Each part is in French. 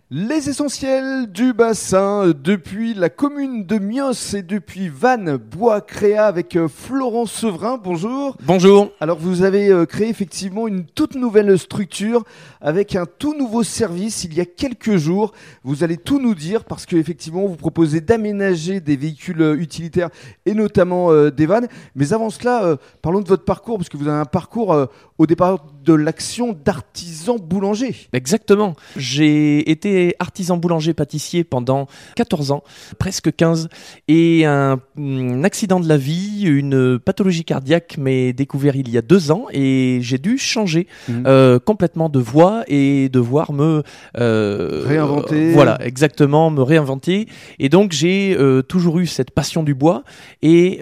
Les essentiels du bassin depuis la commune de Mios et depuis Vannes Bois Créa avec Florent Severin. Bonjour. Bonjour. Alors vous avez créé effectivement une toute nouvelle structure avec un tout nouveau service il y a quelques jours. Vous allez tout nous dire parce que effectivement vous proposez d'aménager des véhicules utilitaires et notamment des vannes. Mais avant cela, parlons de votre parcours parce que vous avez un parcours au départ de l'action d'artisan boulanger. Exactement. J'ai été artisan boulanger-pâtissier pendant 14 ans, presque 15, et un accident de la vie, une pathologie cardiaque m'est découvert il y a 2 ans et j'ai dû changer complètement de voie et devoir me réinventer. Voilà, exactement, me réinventer. Et donc j'ai toujours eu cette passion du bois et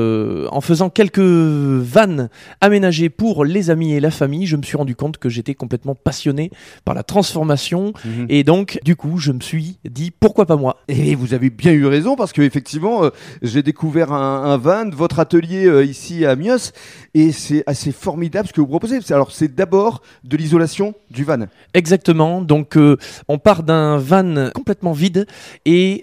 en faisant quelques vannes aménagées pour les amis et la famille, je me suis rendu compte que j'étais complètement passionné par la transformation et donc du coup je me suis dit pourquoi pas moi. Et vous avez bien eu raison parce que effectivement j'ai découvert un van, votre atelier ici à Mios, et c'est assez formidable ce que vous proposez. Alors c'est d'abord de l'isolation du van. Exactement, donc on part d'un van complètement vide et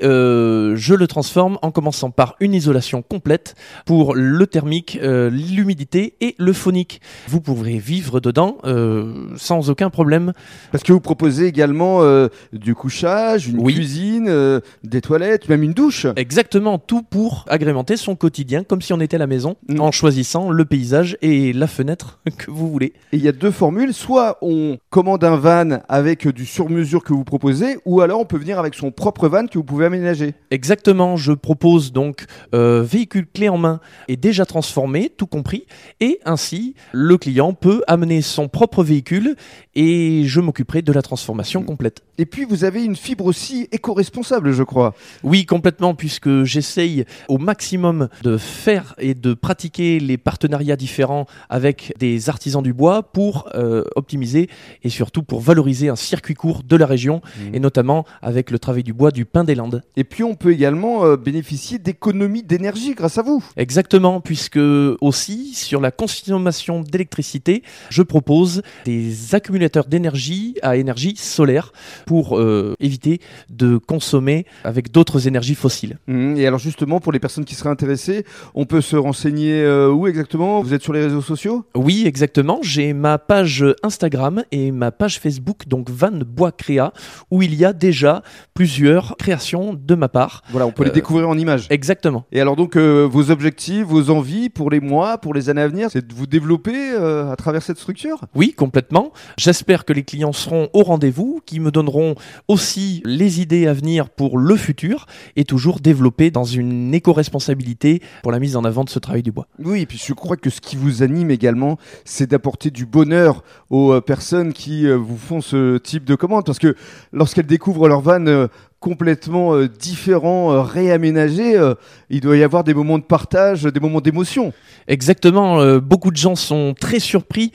je le transforme en commençant par une isolation complète pour le thermique, l'humidité et le phonique. Vous pourrez vivre dedans sans aucun problème. Parce que vous proposez également du couchage, une cuisine, des toilettes, même une douche. Exactement, tout pour agrémenter son quotidien comme si on était à la maison en choisissant le paysage et la fenêtre que vous voulez. Et il y a 2 formules, soit on commande un van avec du sur-mesure que vous proposez, ou alors on peut venir avec son propre van que vous pouvez aménager. Exactement, je propose donc véhicule clé en main et déjà transformé, tout compris, et ainsi le client peut amener son propre véhicule et je m'occuperai de la transformation complète. Et puis vous avez une fibre aussi éco-responsable, je crois. Oui, complètement, puisque j'essaye au maximum de faire et de pratiquer les partenariats différents avec des artisans du bois pour optimiser et surtout pour valoriser un circuit court de la région et notamment avec le travail du bois du pin des Landes. Et puis on peut également bénéficier d'économies d'énergie grâce à vous. Exactement, puisque aussi sur la consommation d'électricité, je propose des accumulateurs d'énergie à énergie solaire pour éviter de consommer avec d'autres énergies fossiles. Et alors justement, pour les personnes qui seraient intéressées, on peut se renseigner où exactement ? Vous êtes sur les réseaux sociaux ? Oui, exactement. J'ai ma page Instagram et ma page Facebook, donc Vannes Bois Créa, où il y a déjà plusieurs créations de ma part. Voilà, on peut les découvrir en images. Exactement. Et alors donc, vos objectifs, vos envies pour les mois, pour les années à venir, c'est de vous développer à travers cette structure ? Oui, complètement. J'espère que les clients seront au rendez-vous, qui me donneront aussi les idées à venir pour le futur et toujours développer dans une éco-responsabilité pour la mise en avant de ce travail du bois. Oui, et puis je crois que ce qui vous anime également, c'est d'apporter du bonheur aux personnes qui vous font ce type de commande. Parce que lorsqu'elles découvrent leur van complètement différent, réaménagé, il doit y avoir des moments de partage, des moments d'émotion. Exactement, beaucoup de gens sont très surpris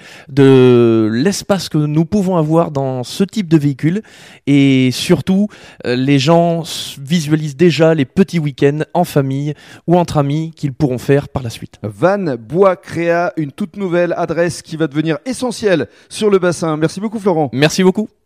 de l'espace que nous pouvons avoir dans ce type de véhicule et surtout les gens visualisent déjà les petits week-ends en famille ou entre amis qu'ils pourront faire par la suite. Vannes Bois Créa, une toute nouvelle adresse qui va devenir essentielle sur le bassin. Merci beaucoup Florent. Merci beaucoup.